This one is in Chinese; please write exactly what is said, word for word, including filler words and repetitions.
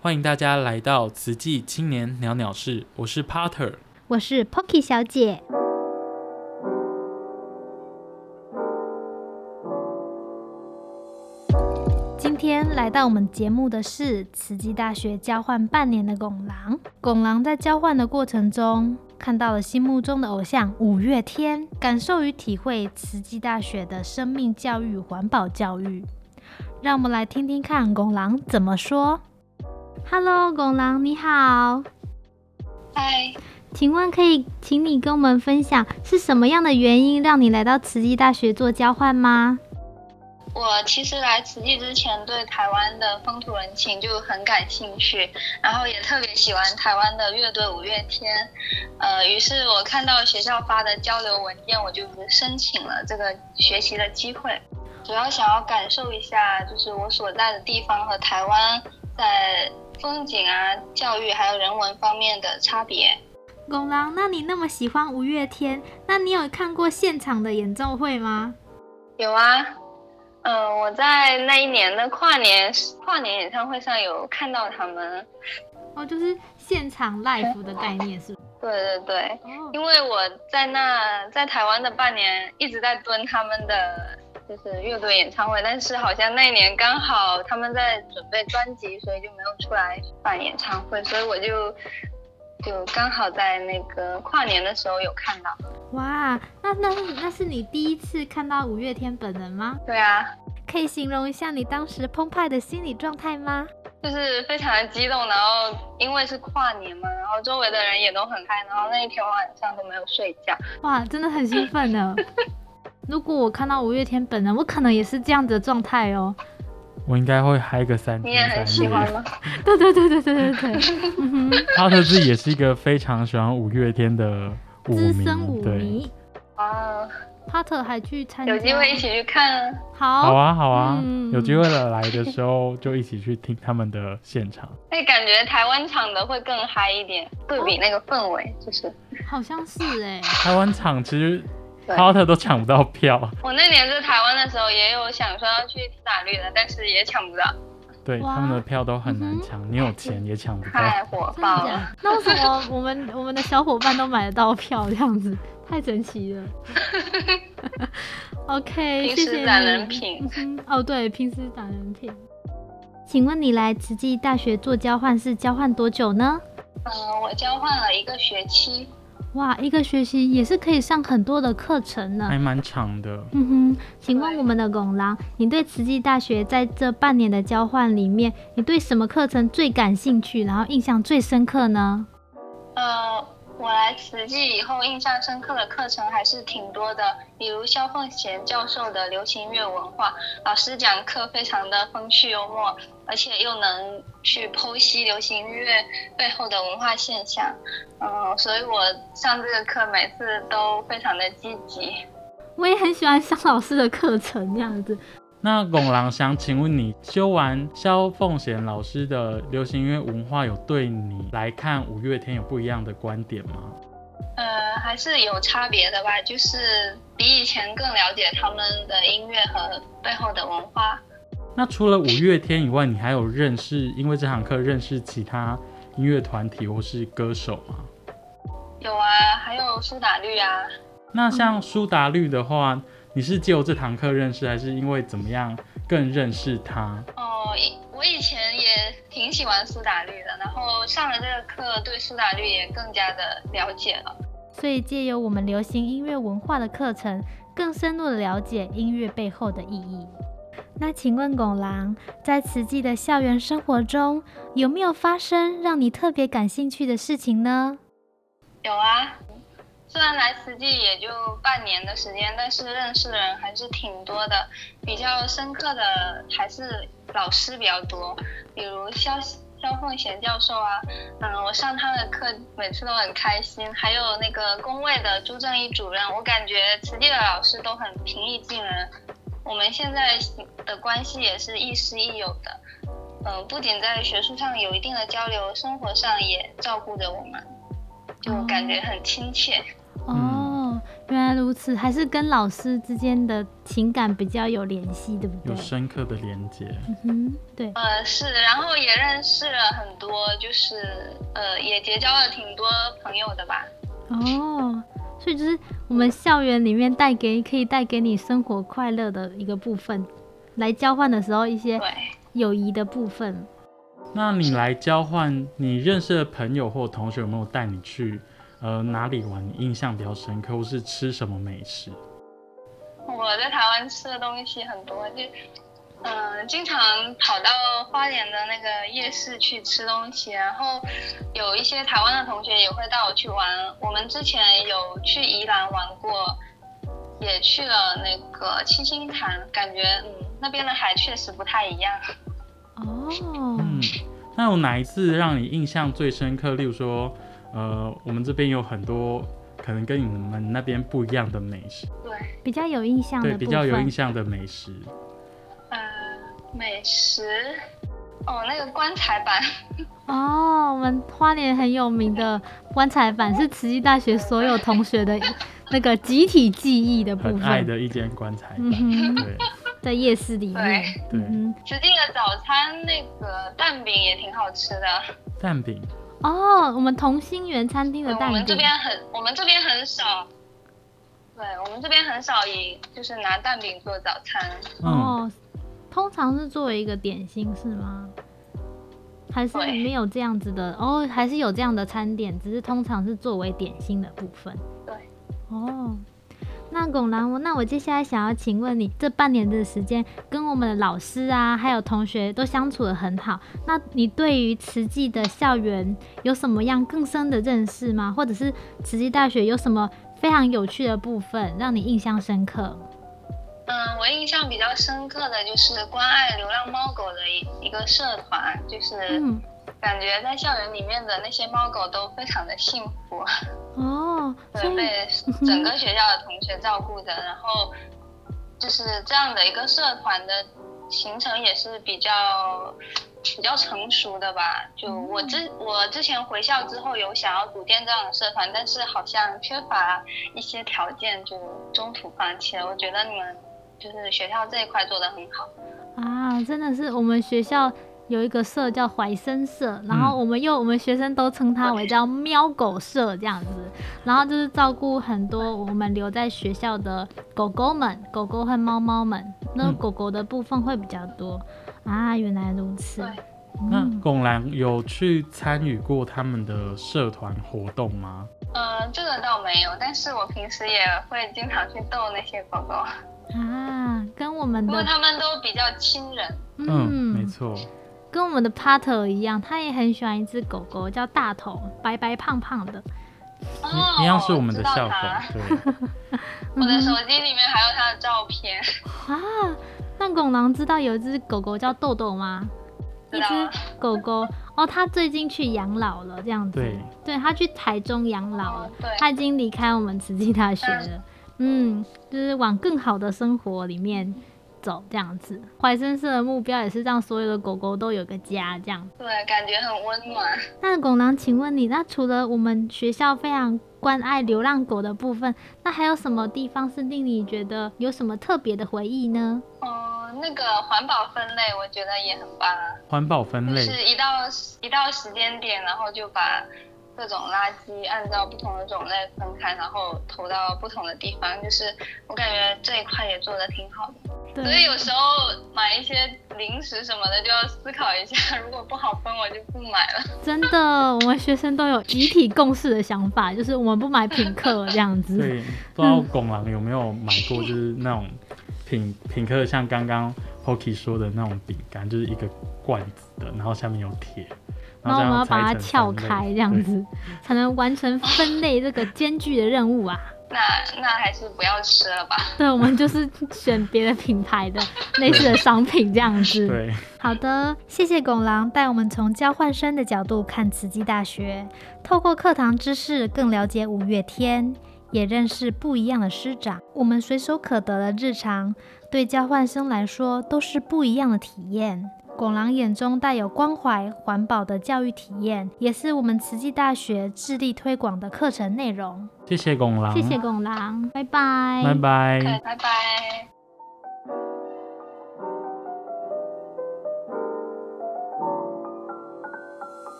欢迎大家来到慈济青年鸟鸟室，我是 Potter， 我是 Pocky 小姐。今天来到我们节目的是慈济大学交换半年的龚郎。龚郎在交换的过程中，看到了心目中的偶像五月天，感受与体会慈济大学的生命教育、环保教育。让我们来听听看龚郎怎么说。Hello， 龚郎你好。 嗨， 请问可以请你跟我们分享是什么样的原因让你来到慈济大学做交换吗？ 我其实来慈济之前对台湾的风土人情就很感兴趣，然后也特别喜欢台湾的乐队五月天。呃，于是我看到学校发的交流文件，我就申请了这个学习的机会，主要想要感受一下就是我所在的地方和台湾在风景啊、教育还有人文方面的差别。 龚郎，那你那么喜欢五月天，那你有看过现场的演奏会吗？ 有啊，呃，我在那一年的跨年跨年演唱会上有看到他们。 哦，就是现场 live 的概念是不是？ 对对对， 哦， 因为我在那在台湾的半年一直在蹲他们的就是乐队演唱会，但是好像那一年刚好他们在准备专辑，所以就没有出来办演唱会，所以我就就刚好在那个跨年的时候有看到。 哇，那那那是你第一次看到五月天本人吗？ 对啊， 可以形容一下你当时澎湃的心理状态吗？ 就是非常的激动，然后因为是跨年嘛，然后周围的人也都很嗨，然后那一天晚上都没有睡觉。 哇，真的很兴奋呢。如果我看到五月天本人，我可能也是这样子的状态哦。 我应该会嗨个三天你也很喜欢吗？ 对对对对对对对。嗯哼， 他特自己也是一个非常喜欢五月天的舞资迷， 深舞对， 迷。 哦， 帕特还去参加， 有机会一起去看。 好， 好啊好啊， 嗯有机会了来的时候就一起去听他们的现场。 那感觉台湾场的会更嗨一点，对比那个氛围，就是好像是哎、 台湾场其实对 Potter 都抢不到票， 我那年在台湾的时候也有想说要去踢打绿的，但是也抢不到， 对， 哇他们的票都很难抢，你有钱也抢不到。 太火真的假的爆了。？ 那为什么我们我们的小伙伴都买得到票这样子？太神奇了。OK， 平谢谢你。 时攒人品嗯哼哦，对，平时攒人品。请问你来慈济大学做交换是交换多久呢？ 嗯，我交换了一个学期。 哇，一个学期也是可以上很多的课程呢。 还蛮长的。 嗯哼，请问我们的龚郎，你对慈济大学在这半年的交换里面，你对什么课程最感兴趣，然后印象最深刻呢？ 呃，我来慈济以后印象深刻的课程还是挺多的，比如肖凤贤教授的流行乐文化，老师讲课非常的风趣幽默，而且又能去剖析流行音乐背后的文化现象。嗯，所以我上这个课每次都非常的积极。 我也很喜欢上老师的课程这样子。 那龚郎想请问你，修完萧凤贤老师的流行音乐文化，有对你来看五月天有不一样的观点吗？ 呃，还是有差别的吧，就是比以前更了解他们的音乐和背后的文化。 那除了五月天以外，你还有认识因为这堂课认识其他音乐团体或是歌手吗？ 有啊，还有苏打绿啊。 那像苏打绿的话，你是借由这堂课认识，还是因为怎么样更认识他？ 哦，我以前也挺喜欢苏打绿的，然后上了这个课，对苏打绿也更加的了解了。 所以借由我们流行音乐文化的课程，更深入的了解音乐背后的意义。那请问龚郎，在慈济的校园生活中，有没有发生让你特别感兴趣的事情呢？ 有啊，虽然来慈济也就半年的时间，但是认识的人还是挺多的。比较深刻的还是老师比较多，比如肖肖凤贤教授啊，嗯，我上他的课每次都很开心。还有那个工位的朱正一主任，我感觉慈济的老师都很平易近人。我们现在的关系也是亦师亦友的，嗯，不仅在学术上有一定的交流，生活上也照顾着我们，就感觉很亲切。 哦， 原来如此，还是跟老师之间的情感比较有联系，对不对？ 有深刻的连接。 嗯哼，对。 呃，是，然后也认识了很多，就是呃，也结交了挺多朋友的吧。 哦，所以就是我们校园里面带给可以带给你生活快乐的一个部分，来交换的时候一些友谊的部分。 那你来交换，你认识的朋友或同学有没有带你去呃哪里玩？你印象比较深刻，或是吃什么美食？ 我在台湾吃的东西很多，就嗯、呃，经常跑到花莲的那个夜市去吃东西，然后有一些台湾的同学也会带我去玩。我们之前有去宜兰玩过，也去了那个七星潭，感觉嗯那边的海确实不太一样。 哦， 嗯，那有哪一次让你印象最深刻？例如说，呃，我们这边有很多可能跟你们那边不一样的美食， 对， 比较有印象的对， 部分， 比较有印象的美食。 呃，美食，哦，那个棺材板。 哦，我们花莲很有名的棺材板是慈济大学所有同学的那个集体记忆的部分， 很爱的一间棺材板。 嗯哼， 对， 在夜市里面。 对， 嗯慈济的早餐那个蛋饼也挺好吃的。 蛋饼。 哦，我们同心园餐厅的蛋饼， 我们这边很，我们这边很少。对，我们这边很少以就是拿蛋饼做早餐。 哦， 嗯， 通常是作为一个点心是吗？还是没有这样子的？哦，还是有这样的餐点，只是通常是作为点心的部分。 对。 哦，那龚兰，那我接下来想要请问你，这半年的时间跟我们的老师啊，还有同学都相处得很好，那你对于慈济的校园有什么样更深的认识吗？或者是慈济大学有什么非常有趣的部分让你印象深刻？ 嗯，我印象比较深刻的就是关爱流浪猫狗的一一个社团，就是感觉在校园里面的那些猫狗都非常的幸福。 哦， 对，被整个学校的同学照顾着，然后就是这样的一个社团的形成也是比较比较成熟的吧。就我之我之前回校之后有想要组建这样的社团，但是好像缺乏一些条件，就中途放弃了。我觉得你们就是学校这一块做得很好啊，真的是我们学校有一个社叫怀生社，然后我们又、嗯、我们学生都称它为叫喵狗社这样子，然后就是照顾很多我们留在学校的狗狗们，狗狗和猫猫们，那狗狗的部分会比较多、嗯、啊，原来如此。 那龚兰有去参与过他们的社团活动吗？ 呃，这个倒没有，但是我平时也会经常去逗那些狗狗啊，跟我们的， 因为他们都比较亲人。 嗯，嗯没错。 跟我们的 Pater 一样，他也很喜欢一只狗狗，叫大头，白白胖胖的。 哦， 一样是我们的校狗。对。 我的手机里面还有他的照片。 啊，那龚兰知道有一只狗狗叫豆豆吗？一只狗狗哦，他最近去养老了，这样子。 对。 对，他去台中养老了， 哦、 他已经离开我们慈济大学了。嗯, 嗯，就是往更好的生活里面走这样子。怀生社的目标也是让所有的狗狗都有个家这样。 对，感觉很温暖。 那龚兰，请问你，那除了我们学校非常关爱流浪狗的部分，那还有什么地方是令你觉得有什么特别的回忆呢？ 哦、那个环保分类我觉得也很棒啊。 环保分类就是一到一到时间点，然后就把各种垃圾按照不同的种类分开，然后投到不同的地方，就是我感觉这一块也做得挺好的。所以有时候买一些零食什么的就要思考一下，如果不好分我就不买了。 真的，我们学生都有集体共识的想法，就是我们不买品客这样子。 对，不知道龚兰有没有买过，就是那种品品客，像刚刚 Hoki 说的那种饼干，就是一个罐子的，然后下面有铁。 然后我们要把它撬开，这样子才能完成分类这个艰巨的任务啊！ 那那还是不要吃了吧。 对，我们就是选别的品牌的类似的商品这样子。 对， 好的，谢谢龚兰带我们从交换生的角度看慈济大学，透过课堂知识更了解五月天，也认识不一样的师长。我们随手可得的日常，对交换生来说都是不一样的体验。 拱廊眼中带有关怀环保的教育体验，也是我们慈济大学致力推广的课程内容。 谢谢拱廊， 谢谢拱廊，拜拜， 拜拜。 对，拜拜。